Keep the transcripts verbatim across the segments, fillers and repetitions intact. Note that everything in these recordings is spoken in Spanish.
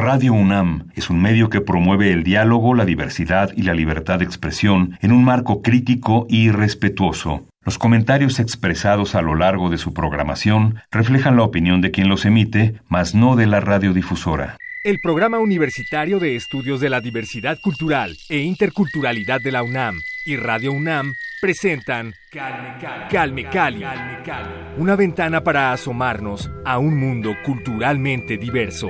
Radio UNAM es un medio que promueve el diálogo, la diversidad y la libertad de expresión en un marco crítico y respetuoso. Los comentarios expresados a lo largo de su programación reflejan la opinión de quien los emite, mas no de la radiodifusora. El Programa Universitario de Estudios de la Diversidad Cultural e Interculturalidad de la UNAM y Radio UNAM presentan Calme Cali, una ventana para asomarnos a un mundo culturalmente diverso.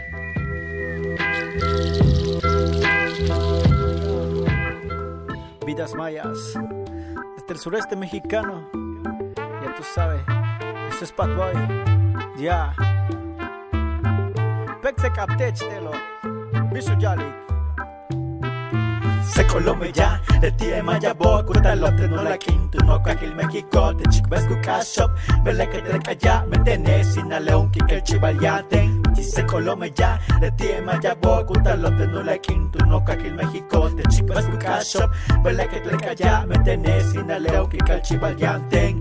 Vidas mayas, desde el sureste mexicano, ya tú sabes, eso es Bad Boy, ya. Pexe captechtelo, bisu yalik. Se colome ya, de ti de maya bo, curtalote no la quinto, no cajil México, te chico ves cucashop, vele que te calla, me tenés sin a león, que el chivaliate. Se colome ya, de ti de maya bo, curtalote no la quinto, no cajil México, te chico ves cucashop, vele que te calla, me tenés sin a león, que el chivaliate.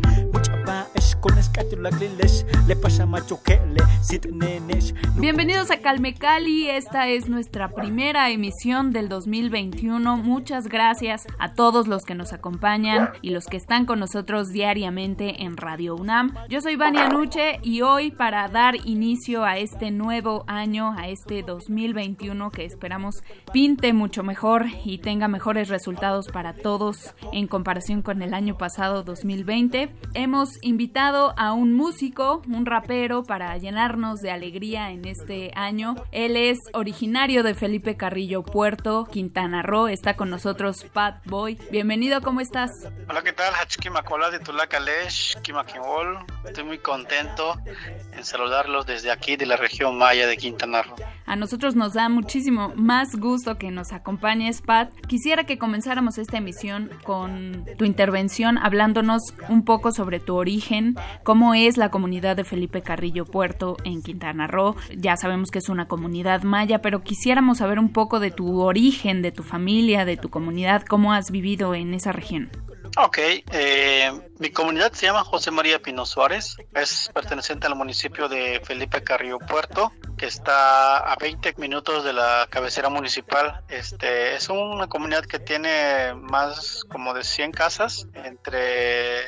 Bienvenidos a Calme Cali, esta es nuestra primera emisión del dos mil veintiuno. Muchas gracias a todos los que nos acompañan y los que están con nosotros diariamente en Radio UNAM. Yo soy Vania Nuche y hoy, para dar inicio a este nuevo año, a este dos mil veintiuno que esperamos pinte mucho mejor y tenga mejores resultados para todos en comparación con el año pasado dos mil veinte, hemos invitado a un músico, un rapero, para llenarnos de alegría en este año. Él es originario de Felipe Carrillo Puerto, Quintana Roo. Está con nosotros Bad Boy. Bienvenido, ¿cómo estás? Hola, ¿qué tal? Hachkimakola de Tulacalesh, Kimakinwol. Estoy muy contento en saludarlos desde aquí de la región maya de Quintana Roo. A nosotros nos da muchísimo más gusto que nos acompañes, Pat. Quisiera que comenzáramos esta emisión con tu intervención hablándonos un poco sobre tu origen, cómo es la comunidad de Felipe Carrillo Puerto en Quintana Roo. Ya sabemos que es una comunidad maya, pero quisiéramos saber un poco de tu origen, de tu familia, de tu comunidad, cómo has vivido en esa región. Ok, eh, mi comunidad se llama José María Pino Suárez, es perteneciente al municipio de Felipe Carrillo Puerto, que está a veinte minutos de la cabecera municipal. Este es una comunidad que tiene más como de cien casas, entre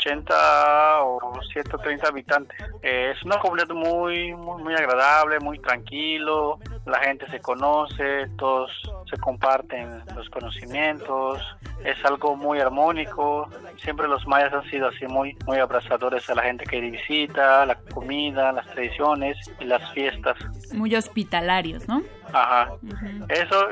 ochenta o ciento treinta habitantes. Eh, es una comunidad muy, muy, muy agradable, muy tranquilo, la gente se conoce, todos se comparten los conocimientos, es algo muy armónico. Siempre los mayas han sido así muy, muy abrazadores a la gente que visita, la comida, las tradiciones y las fiestas. Muy hospitalarios, ¿no? Ajá, uh-huh. Eso,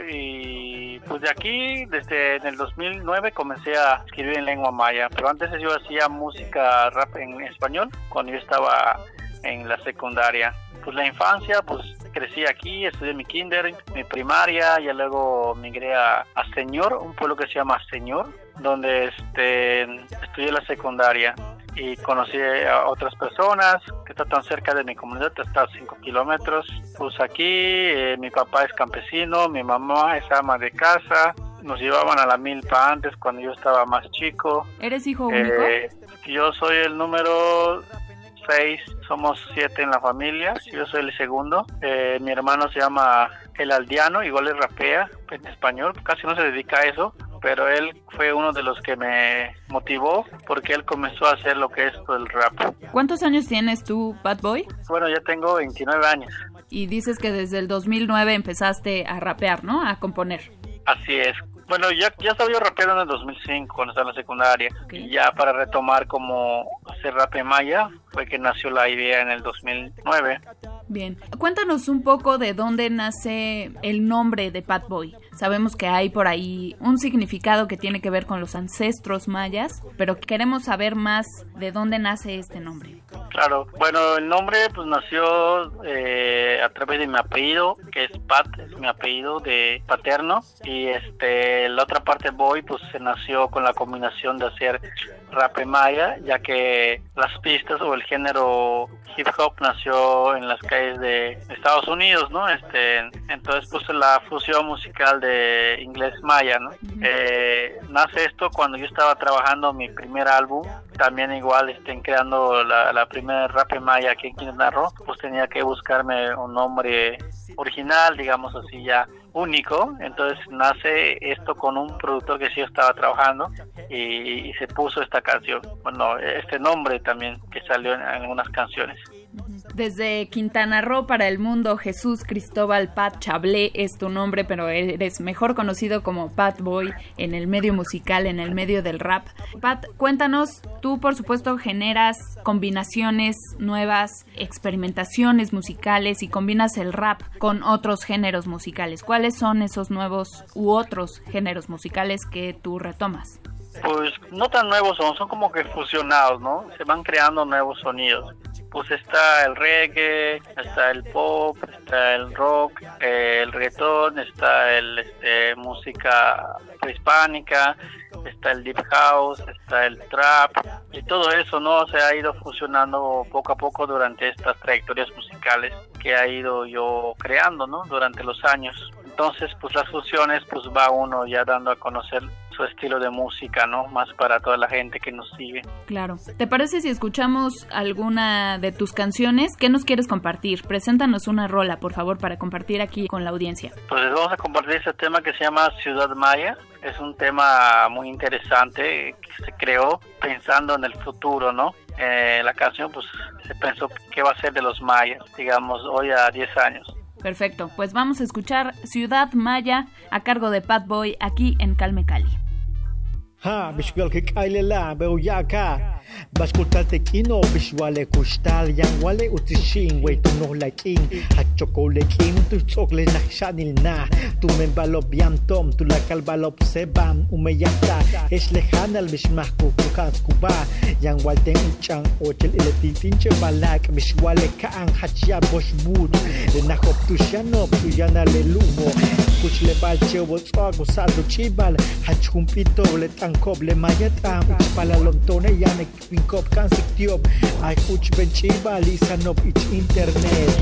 y pues de aquí, desde en el dos mil nueve comencé a escribir en lengua maya, pero antes yo hacía música rap en español cuando yo estaba en la secundaria. Pues la infancia, pues crecí aquí, estudié mi kinder, mi primaria, y luego migré a, a Señor, un pueblo que se llama Señor, donde este estudié la secundaria y conocí a otras personas que están tan cerca de mi comunidad, hasta a cinco kilómetros. Pues aquí eh, mi papá es campesino, mi mamá es ama de casa, nos llevaban a la milpa antes cuando yo estaba más chico. ¿Eres hijo único? Eh, yo soy el número seis, somos siete en la familia, yo soy el segundo. Eh, mi hermano se llama El Aldeano, igual es rapea en español, casi no se dedica a eso, pero él fue uno de los que me motivó porque él comenzó a hacer lo que es el rap. ¿Cuántos años tienes tú, Bad Boy? Bueno, ya tengo veintinueve años. Y dices que desde el dos mil nueve empezaste a rapear, ¿no? A componer. Así es. Bueno, ya, ya estaba yo rapeando en el dos mil cinco, cuando estaba en la secundaria. Okay. Y ya para retomar como hacer rap en maya, fue que nació la idea en el dos mil nueve. Bien. Cuéntanos un poco de dónde nace el nombre de Bad Boy. Sabemos que hay por ahí un significado que tiene que ver con los ancestros mayas, pero queremos saber más de dónde nace este nombre. Claro, bueno, el nombre pues nació eh, a través de mi apellido, que es Pat, es mi apellido de paterno, y este la otra parte Boy pues se nació con la combinación de hacer rap en maya, ya que las pistas o el género hip hop nació en las calles de Estados Unidos, ¿no? Este, entonces pues la fusión musical de inglés maya, ¿no? Uh-huh. Eh, nace esto cuando yo estaba trabajando mi primer álbum, también igual estén creando la, la primera rap en maya aquí en Quintana Roo, pues tenía que buscarme un nombre original, digamos así, ya único. Entonces nace esto con un productor que sí estaba trabajando y, y se puso esta canción, bueno, este nombre también que salió en algunas canciones. Desde Quintana Roo para el mundo, Jesús Cristóbal Pat Chablé es tu nombre, pero eres mejor conocido como Pat Boy en el medio musical, en el medio del rap. Pat, cuéntanos, tú por supuesto generas combinaciones nuevas, experimentaciones musicales y combinas el rap con otros géneros musicales. ¿Cuáles son esos nuevos u otros géneros musicales que tú retomas? Pues no tan nuevos son, son como que fusionados, ¿no? Se van creando nuevos sonidos. Pues está el reggae, está el pop, está el rock, eh, el reggaetón, está el este, música prehispánica, está el deep house, está el trap, y todo eso, ¿no? Se ha ido fusionando poco a poco durante estas trayectorias musicales que ha ido yo creando, ¿no? Durante los años. Entonces, pues las fusiones, pues va uno ya dando a conocer su estilo de música, ¿no? Más para toda la gente que nos sigue. Claro. ¿Te parece si escuchamos alguna de tus canciones? ¿Qué nos quieres compartir? Preséntanos una rola, por favor, para compartir aquí con la audiencia. Pues les vamos a compartir este tema que se llama Ciudad Maya. Es un tema muy interesante que se creó pensando en el futuro, ¿no? Eh, la canción, pues, se pensó qué va a ser de los mayas, digamos, hoy a diez años. Perfecto, pues vamos a escuchar Ciudad Maya a cargo de Pat Boy aquí en Calme Cali. Ha, bishwal ke kailela beuyaka baskultate kino bishwale kustal yang wale utishin we tu no lakin hachokole kin tu chokle na shanil na tu men balop yantom tu la kalbalop sebam umeyata es lehanal bishmahku kukas kuba yang walten uchang otel ilati tinche balak bishwale kaan hachya boshbud na hop tu shanop tu yana lelumo kuchle balche wotsog usado chibal hachumpito le koble mayatam ich palalontone yanek pinkop kan siktiop ay uch benchiba lisanop ich internet.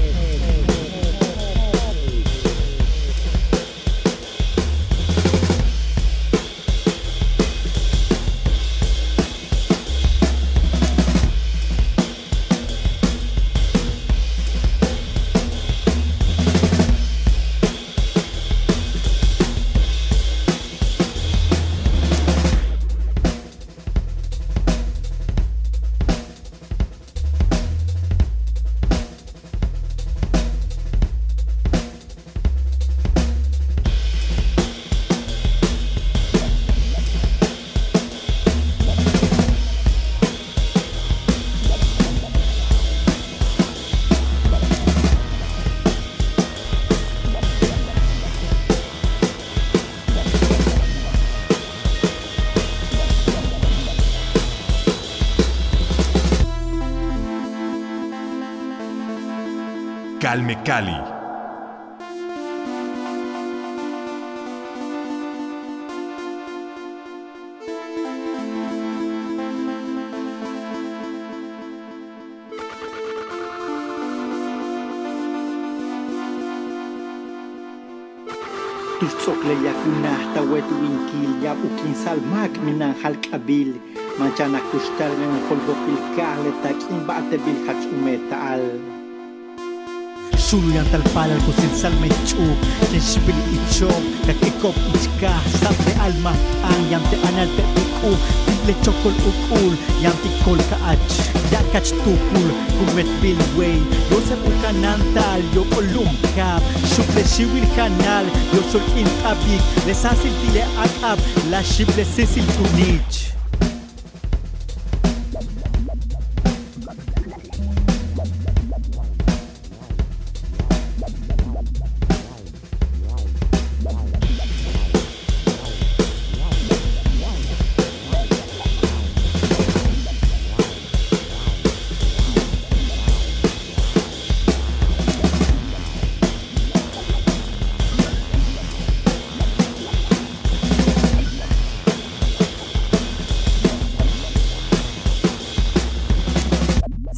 Calme Cali. Tuchokle yakuna tawet winkil ya ukin salmak minan halkabil manchana kustal men holbo pilkale takin bate bil hach umetal Sulu yang talpalal ko sin salmechu Tensibil icho Kakikop ichka Sabre alma ang yang te anal te iku Tible chokol ukul Yang tikol kaach Yakach tukul Kumet bilway Yosef ukanantal Yo kolumkap Shuple shiwil kanal Yo sol intabik Lesasil tile akab La shible sesil tunich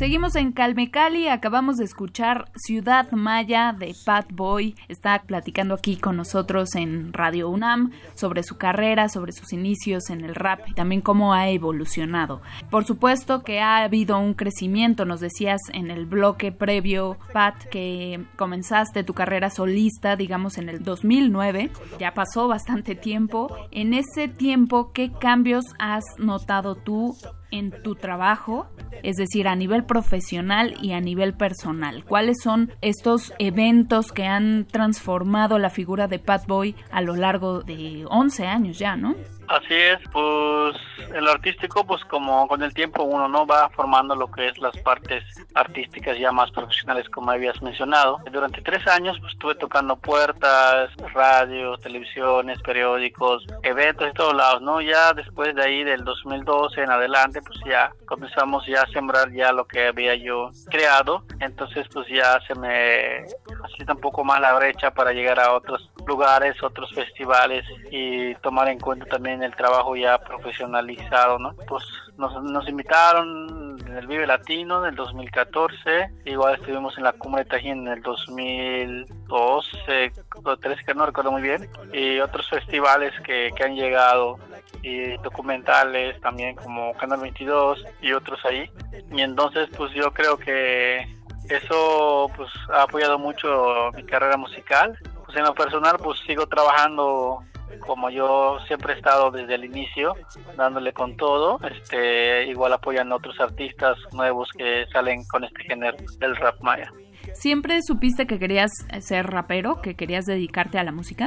Seguimos en Calme Cali, acabamos de escuchar Ciudad Maya de Pat Boy. Está platicando aquí con nosotros en Radio UNAM sobre su carrera, sobre sus inicios en el rap y también cómo ha evolucionado. Por supuesto que ha habido un crecimiento, nos decías en el bloque previo, Pat, que comenzaste tu carrera solista, digamos, en el dos mil nueve. Ya pasó bastante tiempo. En ese tiempo, ¿qué cambios has notado tú en tu trabajo? Es decir, a nivel profesional y a nivel personal. ¿Cuáles son estos eventos que han transformado la figura de Pat Boy a lo largo de once años ya, ¿no? Así es, pues en lo artístico, pues como con el tiempo uno no va formando lo que es las partes artísticas ya más profesionales, como habías mencionado. Durante tres años pues estuve tocando puertas, radios, televisiones, periódicos, eventos de todos lados, ¿no? Ya después de ahí, del dos mil doce en adelante, pues ya comenzamos ya a sembrar ya lo que había yo creado. Entonces pues ya se me facilita un poco más la brecha para llegar a otros lugares, otros festivales y tomar en cuenta también el trabajo ya profesionalizado, ¿no? Pues nos, nos invitaron en el Vive Latino en el dos mil catorce, igual estuvimos en la Cumbre de Tajín en el dos mil doce o trece, que no recuerdo muy bien, y otros festivales que, que han llegado, y documentales también como Canal veintidós y otros ahí. Y entonces pues yo creo que eso pues ha apoyado mucho mi carrera musical. Pues en lo personal pues sigo trabajando como yo siempre he estado desde el inicio, dándole con todo, este igual apoyan a otros artistas nuevos que salen con este género del rap maya. ¿Siempre supiste que querías ser rapero, que querías dedicarte a la música?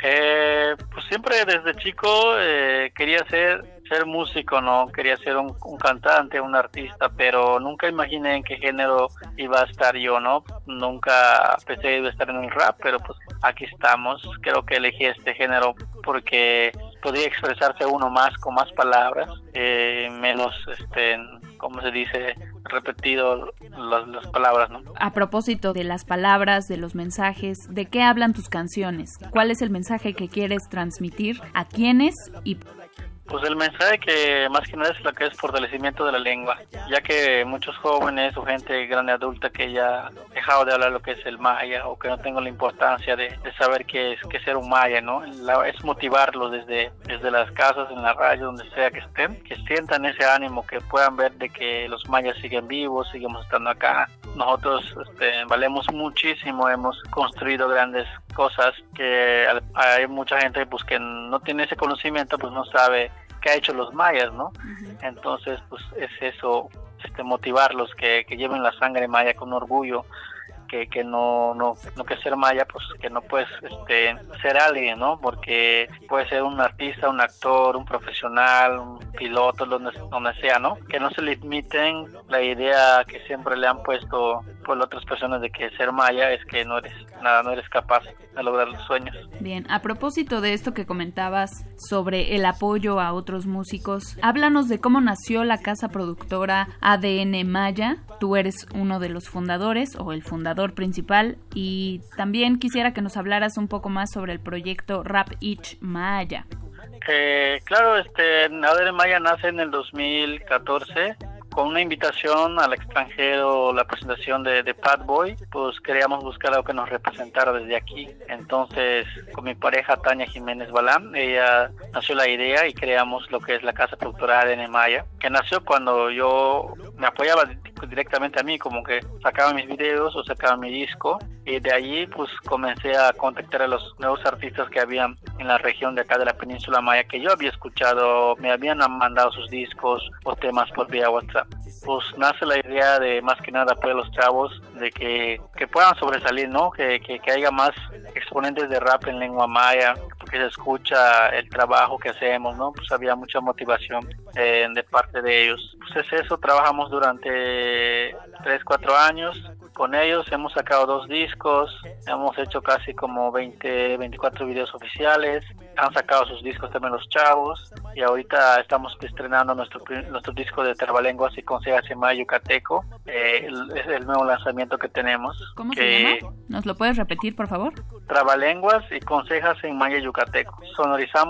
Eh, pues siempre desde chico eh, quería ser ser músico, no quería ser un, un cantante, un artista, pero nunca imaginé en qué género iba a estar yo, ¿no? Nunca pensé que iba a estar en el rap, pero pues aquí estamos. Creo que elegí este género porque podía expresarse uno más con más palabras, eh, menos, este, ¿cómo se dice? Repetido las, las palabras, ¿no? A propósito de las palabras, de los mensajes, ¿de qué hablan tus canciones? ¿Cuál es el mensaje que quieres transmitir? ¿A quiénes? Y pues el mensaje que más que nada es lo que es fortalecimiento de la lengua, ya que muchos jóvenes o gente grande adulta que ya ha dejado de hablar lo que es el maya o que no tengo la importancia de, de saber qué es, qué es ser un maya, ¿no? La, es motivarlos desde, desde las casas, en la radio, donde sea que estén, que sientan ese ánimo, que puedan ver de que los mayas siguen vivos, seguimos estando acá. Nosotros este, valemos muchísimo, hemos construido grandes cosas que hay mucha gente pues que no tiene ese conocimiento, pues no sabe qué ha hecho los mayas, ¿no? Uh-huh. Entonces pues es eso, este motivarlos, que, que lleven la sangre maya con orgullo, que, que no, no, no que ser maya, pues que no puedes este, ser alguien, ¿no? Porque puedes ser un artista, un actor, un profesional, un piloto, donde, donde sea, ¿no? Que no se limiten la idea que siempre le han puesto por otras personas de que ser maya es que no eres nada, no eres capaz de lograr los sueños. Bien, a propósito de esto que comentabas sobre el apoyo a otros músicos, háblanos de cómo nació la casa productora A D N Maya. Tú eres uno de los fundadores o el fundador principal, y también quisiera que nos hablaras un poco más sobre el proyecto Rap Ich Maya. Eh, claro, este A D N Maya nace en el dos mil catorce con una invitación al extranjero, la presentación de, de Pat Boy. Pues queríamos buscar algo que nos representara desde aquí. Entonces, con mi pareja Tania Jiménez Balán, ella nació la idea y creamos lo que es la casa productora A D N Maya, que nació cuando yo me apoyaba directamente a mí, como que sacaba mis videos o sacaba mi disco, y de allí pues comencé a contactar a los nuevos artistas que habían en la región de acá de la península maya, que yo había escuchado, me habían mandado sus discos o temas por vía WhatsApp. Pues nace la idea de más que nada apoyar a los chavos, de que, que puedan sobresalir, ¿no? Que, que, que haya más exponentes de rap en lengua maya, porque se escucha el trabajo que hacemos, ¿no? Pues había mucha motivación eh, de parte de ellos. Pues es eso, trabajamos durante tres, cuatro años con ellos, hemos sacado dos discos, hemos hecho casi como veinte, veinticuatro videos oficiales, han sacado sus discos también los chavos, y ahorita estamos estrenando nuestro nuestro disco de Trabalenguas y Consejas en Maya Yucateco. Eh, el, es el nuevo lanzamiento que tenemos. ¿Cómo que, se llama? ¿Nos lo puedes repetir, por favor? Trabalenguas y Consejas en Maya Yucateco. Sonorizamos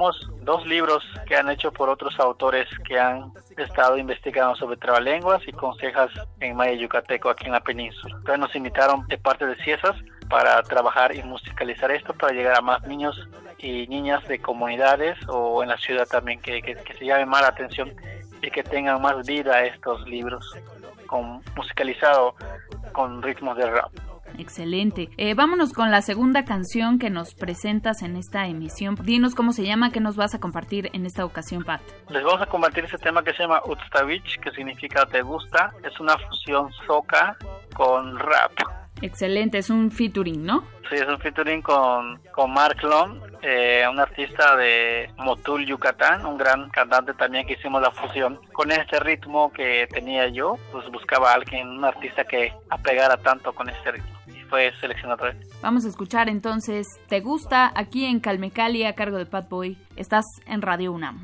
dos libros que han hecho por otros autores que han estado investigando sobre trabalenguas y consejas en maya yucateco aquí en la península. Entonces nos invitaron de parte de CIESAS para trabajar y musicalizar esto para llegar a más niños y niñas de comunidades o en la ciudad también, que, que, que se llame más la atención y que tengan más vida a estos libros con, musicalizado con ritmos de rap. Excelente. Eh, vámonos con la segunda canción que nos presentas en esta emisión. Dinos cómo se llama, qué nos vas a compartir en esta ocasión, Pat. Les vamos a compartir ese tema que se llama Utstavich, que significa te gusta. Es una fusión soca con rap. Excelente, es un featuring, ¿no? Sí, es un featuring con, con Mark Long, eh, un artista de Motul, Yucatán, un gran cantante también, que hicimos la fusión. Con este ritmo que tenía yo, pues buscaba a alguien, un artista que apegara tanto con este ritmo. Y fue seleccionado. Vamos a escuchar entonces Te Gusta aquí en Calme Cali a cargo de Pat Boy. Estás en Radio UNAM.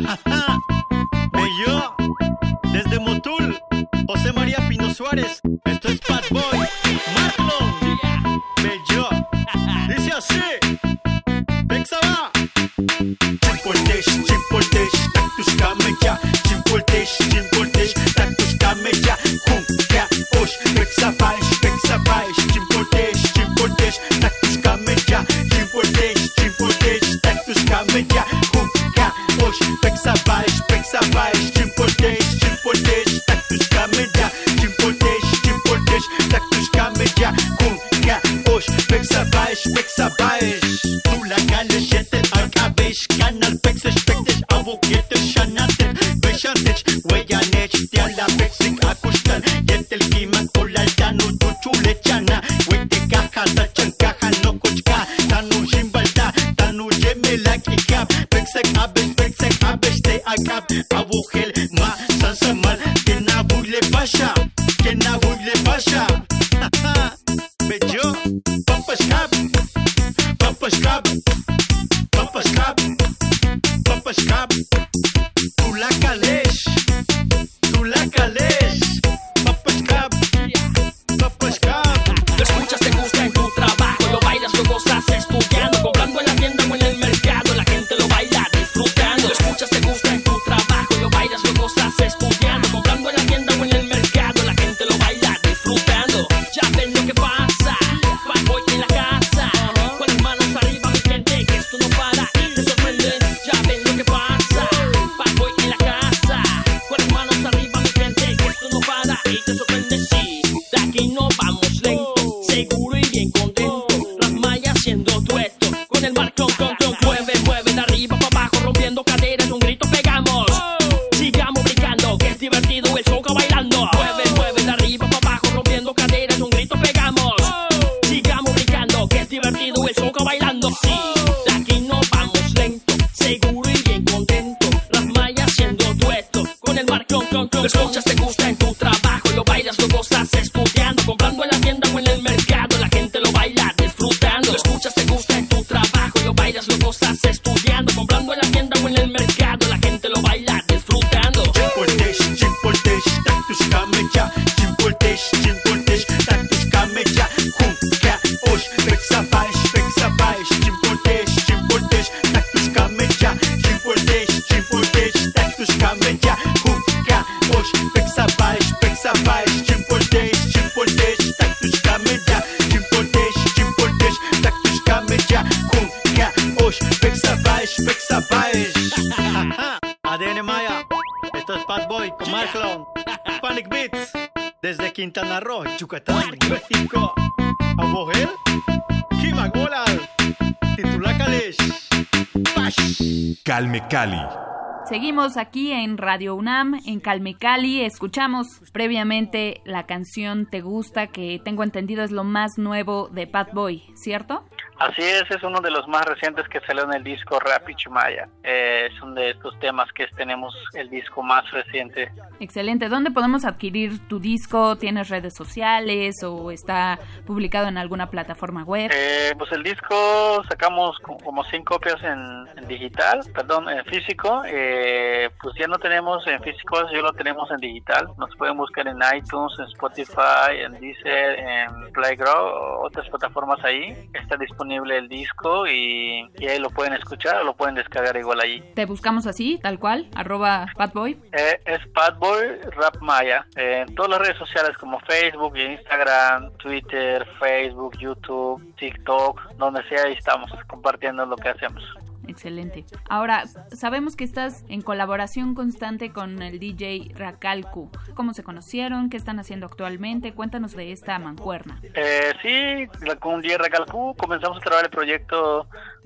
Bello, desde Motul, José María Pino Suárez. Esto es Pat Boy, Marlon, Bello. Dice así, Bexaba. Chimpoltesh, chimpoltesh, tactus cameja. Chimpoltesh, chimpoltesh, tactus cameja. Junkia, osh, Bexabaish, Bexabaish. Chimpoltesh, chimpoltesh, tactus cameja. Chimpoltesh, chimpoltesh, tactus cameja. Junkia, osh, Bexabaish, Bexabaish. Chimpoltesh, chimpoltesh, tactus cameja. Chimpoltesh, chimpoltesh, tactus cameja. Junkia, osh, Bexabaish, Bexabaish. Tu la galeshetet, alkabesh, canal pexesh, pexesh, avoketesh, shanatet, beshatech, weyanech, tiala pexik, akustan, yetel kiman, olaltanu, tuchulechana, wete caja, tachan caja, no cochka, tanu shimbalda, tanu yemelak ikap, pexek abesh, pexek abesh, te akap, abugel, ma, sansamal, que na bugle pasha, que na bugle pasha. Bello, papas cap, papas cap, papas cap, papas cap. Tu la calesh, tu la calesh, papas cap, papas cap. Lo escuchas, te gusta en tu trabajo, lo bailas, lo gozas estudiando, comprando en la tienda o en el mercado, la gente lo baila disfrutando. Lo escuchas, te gusta en tu trabajo, lo bailas, lo gozas estudiando, comprando en la tienda o en el mercado, la gente lo baila disfrutando. Ya ven lo que pasa, Bad Boy en la casa, con las manos arriba mi gente, que esto no para y te sorprende. Ya ven lo que pasa, Bad Boy en la casa, con las manos arriba mi gente, que esto no para y te sorprende. Sí, de aquí no vamos lento, seguro y bien contento, las mallas haciendo dueto, con el mar clon, clon, clon, mueve, mueve, de arriba para abajo, rompiendo caderas, un grito pegamos, sigamos brincando, que es divertido el soca bailando, mueve, mueve, de arriba para abajo, rompiendo caderas, un grito pegamos, sigamos brincando, que es divertido el soca bailando. Sí, de aquí no vamos lento, seguro y bien contento, las mallas haciendo dueto, con el mar clon, clon, clon, lo escuchas, te gusta en tu trabajo, lo bailas, lo gozas estudiando, comprando en la tienda o en el mercado, la gente lo baila disfrutando. Lo escuchas, te gusta en tu trabajo, lo bailas, lo gozas estudiando, comprando en la tienda o en el mercado, la gente lo baila disfrutando. Chimpoltesh, chimpoltesh, tactus cameja. Chimpoltesh, chimpoltesh, tactus cameja. Junkia, osh, Bexabaish, Bexabaish. Chimpoltesh, chimpoltesh, tactus cameja. Chimpoltesh, chimpoltesh, tactus cameja. Junkia, osh, Bexabaish, Bexabaish. Chimpoltesh, chimpoltesh, tactus cameja. Chimpoltesh, chimpoltesh, tactus cameja. Junkia, osh, Bexabaish, Bexabaish. A D N Maya, esto es Pat Boy con Mark Long, Panic Beats, desde Quintana Roo, Yucatán, México. Abogel, Kimagolal, Titulacales, Pash. Calme Cali. Seguimos aquí en Radio UNAM, en Calme Cali. Escuchamos previamente la canción Te Gusta, que tengo entendido es lo más nuevo de Pat Boy, ¿cierto? Así es, es uno de los más recientes que salió en el disco Rap y Chumaya. Eh, es uno de estos temas que tenemos el disco más reciente. Excelente. ¿Dónde podemos adquirir tu disco? ¿Tienes redes sociales o está publicado en alguna plataforma web? Eh, pues el disco sacamos como cinco copias en, en digital, perdón, en físico. Eh, pues ya no tenemos en físico, ya lo tenemos en digital. Nos pueden buscar en iTunes, en Spotify, en Deezer, en Playground, otras plataformas ahí. Está disponible disponible el disco y, y ahí lo pueden escuchar o lo pueden descargar igual allí. ¿Te buscamos así, tal cual? Arroba Fatboy. Eh, es Fatboy Rap Maya. Eh, en todas las redes sociales como Facebook, Instagram, Twitter, Facebook, YouTube, TikTok, donde sea, ahí estamos compartiendo lo que hacemos. Excelente. Ahora, sabemos que estás en colaboración constante con el D J Racalcu. ¿Cómo se conocieron? ¿Qué están haciendo actualmente? Cuéntanos de esta mancuerna. Eh, sí, con D J Racalcu comenzamos a trabajar el proyecto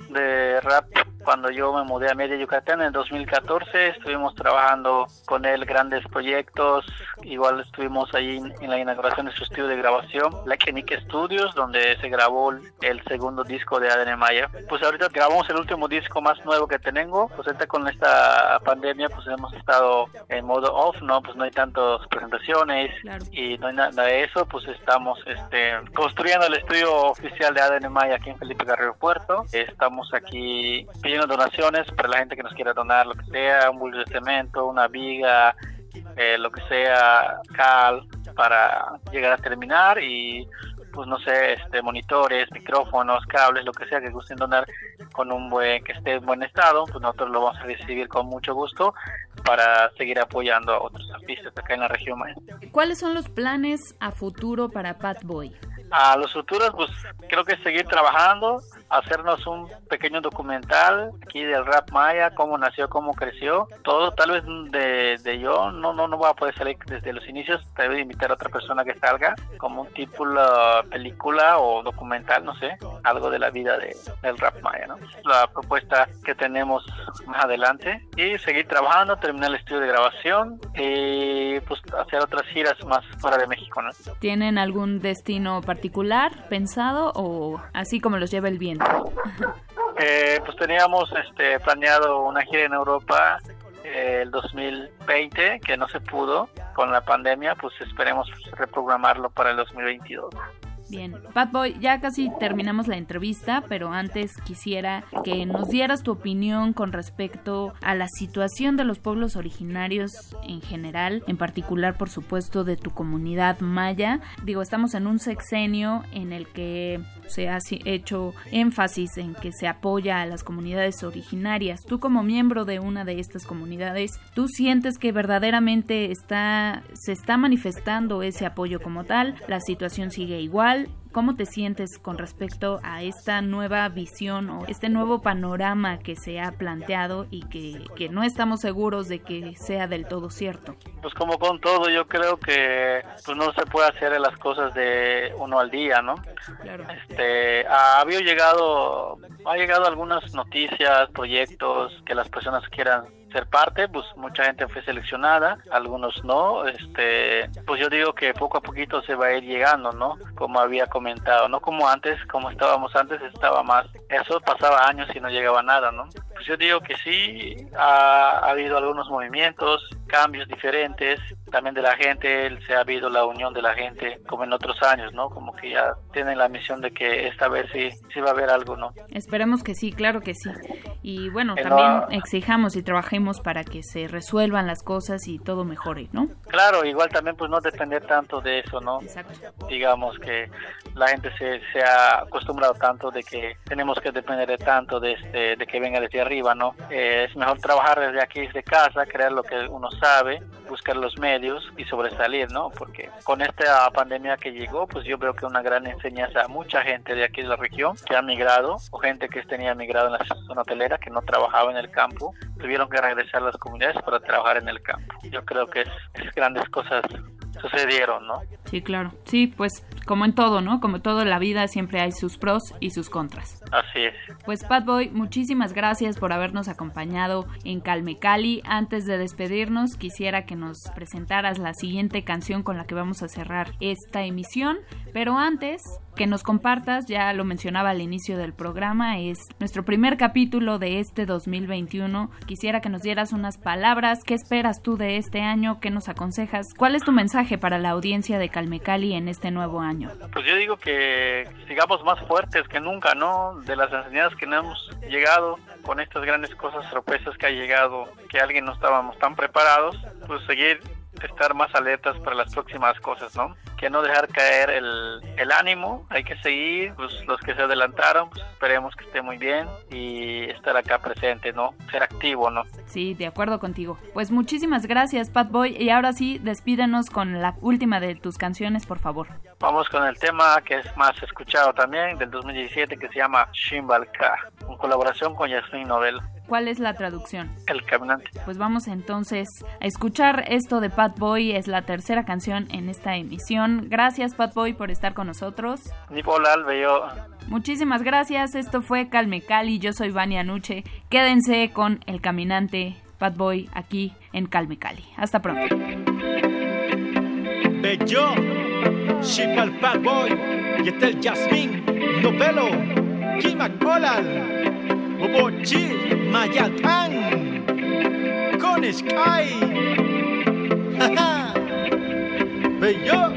de rap cuando yo me mudé a Mérida, Yucatán, en dos mil catorce. Estuvimos trabajando con él grandes proyectos. Igual estuvimos ahí en la inauguración de su estudio de grabación, La Kenique Studios, donde se grabó el segundo disco de A D N Maya. Pues ahorita grabamos el último disco más nuevo que tengo. Pues ahorita con esta pandemia pues hemos estado en modo off, ¿no? Pues no hay tantas presentaciones, claro, y no hay nada de eso. Pues estamos este construyendo el estudio oficial de A D N Maya aquí en Felipe Carrillo Puerto. Estamos aquí pidiendo donaciones para la gente que nos quiera donar lo que sea, un bulto de cemento, una viga, eh, lo que sea, cal, para llegar a terminar, y pues no sé, este monitores, micrófonos, cables, lo que sea que gusten donar con un buen, que esté en buen estado, pues nosotros lo vamos a recibir con mucho gusto para seguir apoyando a otros artistas acá en la región maya. ¿Cuáles son los planes a futuro para Fatboy? A los futuros, pues creo que seguir trabajando, hacernos un pequeño documental aquí del rap maya, cómo nació, cómo creció, todo. Tal vez de, de yo no no no va a poder salir desde los inicios, tal vez invitar a otra persona que salga como un tipo de película o documental, no sé, algo de la vida de, del rap maya, ¿no? Es la propuesta que tenemos más adelante, y seguir trabajando, terminar el estudio de grabación y pues hacer otras giras más fuera de México, ¿no? ¿Tienen algún destino particular pensado o así como los lleva el viento? Eh, pues teníamos este planeado una gira en Europa eh, el dos mil veinte, que no se pudo con la pandemia. Pues esperemos reprogramarlo para el dos mil veintidós. Bien, Fatboy, ya casi terminamos la entrevista, pero antes quisiera que nos dieras tu opinión con respecto a la situación de los pueblos originarios en general, en particular, por supuesto, de tu comunidad maya. Digo, estamos en un sexenio en el que se ha hecho énfasis en que se apoya a las comunidades originarias. Tú, como miembro de una de estas comunidades, ¿tú sientes que verdaderamente está, se está manifestando ese apoyo como tal? ¿La situación sigue igual? ¿Cómo te sientes con respecto a esta nueva visión o este nuevo panorama que se ha planteado y que, que no estamos seguros de que sea del todo cierto? Pues como con todo, yo creo que pues no se puede hacer las cosas de uno al día, ¿no? Claro. Este, ha habido llegado, ha llegado algunas noticias, proyectos que las personas quieran ser parte, pues mucha gente fue seleccionada, algunos no. Este, pues yo digo que poco a poquito se va a ir llegando, ¿no? Como había comentado, no como antes, como estábamos antes, estaba más, eso pasaba años y no llegaba nada, ¿no? Pues yo digo que sí, ha, ha habido algunos movimientos, cambios diferentes, también de la gente, se ha habido la unión de la gente, como en otros años, ¿no? Como que ya tienen la misión de que esta vez sí, sí va a haber algo, ¿no? Esperemos que sí, claro que sí. Y bueno, que también no, exijamos y trabajemos para que se resuelvan las cosas y todo mejore, ¿no? Claro, igual también pues no depender tanto de eso, ¿no? Exacto. Digamos que la gente se, se ha acostumbrado tanto de que tenemos que depender de tanto de este, de que venga desde arriba, ¿no? Eh, es mejor trabajar desde aquí, desde casa, crear lo que uno sabe, buscar los medios y sobresalir, ¿no? Porque con esta pandemia que llegó, pues yo veo que una gran enseñanza a mucha gente de aquí de la región que ha migrado, o gente que tenía migrado en la zona hotelera, que no trabajaba en el campo, tuvieron que regresar a las comunidades para trabajar en el campo. Yo creo que es, es grandes cosas sucedieron, ¿no? Sí, claro. Sí, pues como en todo, ¿no? Como todo en la vida siempre hay sus pros y sus contras. Así es. Pues Fatboy, muchísimas gracias por habernos acompañado en Calme Cali. Antes de despedirnos, quisiera que nos presentaras la siguiente canción con la que vamos a cerrar esta emisión, pero antes que nos compartas, ya lo mencionaba al inicio del programa, es nuestro primer capítulo de este dos mil veintiuno. Quisiera que nos dieras unas palabras. ¿Qué esperas tú de este año? ¿Qué nos aconsejas? ¿Cuál es tu mensaje para la audiencia de Calme Cali en este nuevo año? Pues yo digo que sigamos más fuertes que nunca, ¿no? De las enseñanzas que no hemos llegado con estas grandes cosas, sorpresas que ha llegado, que alguien no estábamos tan preparados, pues seguir estar más alertas para las próximas cosas, ¿no? Que no dejar caer el, el ánimo, hay que seguir, pues los que se adelantaron, pues esperemos que esté muy bien y estar acá presente, ¿no? Ser activo, ¿no? Sí, de acuerdo contigo. Pues muchísimas gracias, Pat Boy, y ahora sí, despídenos con la última de tus canciones, por favor. Vamos con el tema que es más escuchado también, del dos mil diecisiete, que se llama Shimbalka, en colaboración con Yasmin Novel. ¿Cuál es la traducción? El caminante. Pues vamos entonces a escuchar esto de Pat Boy, es la tercera canción en esta emisión. Gracias, Pat Boy, por estar con nosotros. Nicolal, bello. Muchísimas gracias, esto fue Calme Cali, yo soy Vania Nuche. Quédense con El Caminante, Pat Boy, aquí en Calme Cali. Hasta pronto. Bello, Shipal Pat Boy, y está el Yasmin Novelo, Kimak Olal, Bobochi, Mayatán, con Sky. Bello.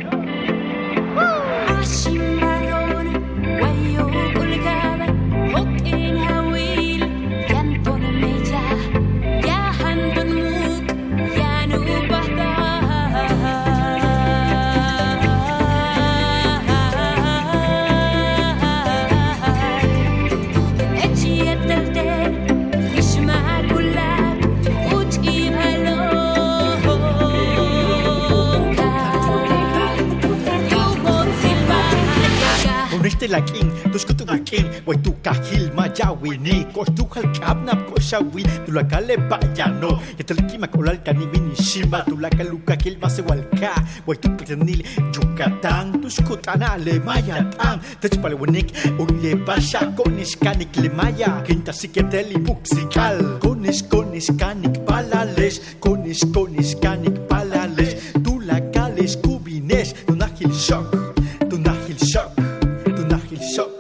La king, tus kutu king, wai tu kahil majawini, kos tu hal kabna koshawi, tu la kale bayano, etel kima kolal kani bini shimba, tu la kaluka kil mase walka, wai tu petenil Yucatán, tus kutana le mayatan, tech palewenik, ule basha konis kanik le maya, quinta siketeli buxikal, konis konis kanik palales, konis konis kanik palales, tu la kales kubines, tu nahil shock, tu nahil shock. Shock.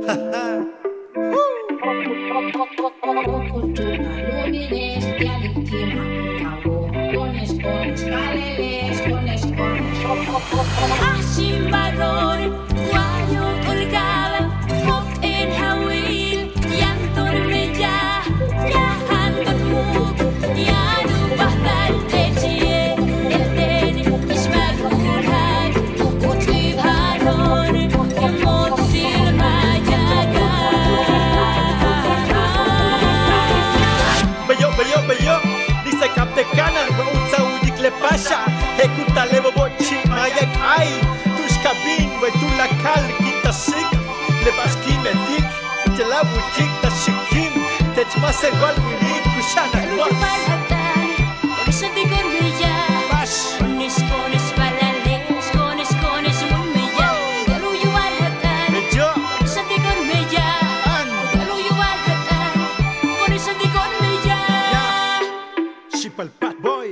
Pasha, ecuta levo bochi, mayak ay, tus cabin, we tu la cal, quinta sig, le basqui metik, te la butik, ta shikim, te chmas igual winik, kushana igual. Shipal Pat Boy.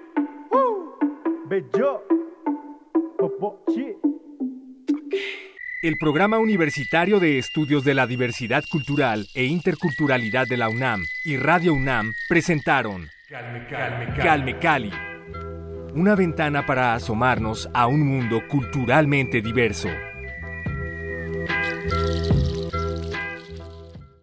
El Programa Universitario de Estudios de la Diversidad Cultural e Interculturalidad de la UNAM y Radio UNAM presentaron Calme Cali, Calme Cali, una ventana para asomarnos a un mundo culturalmente diverso.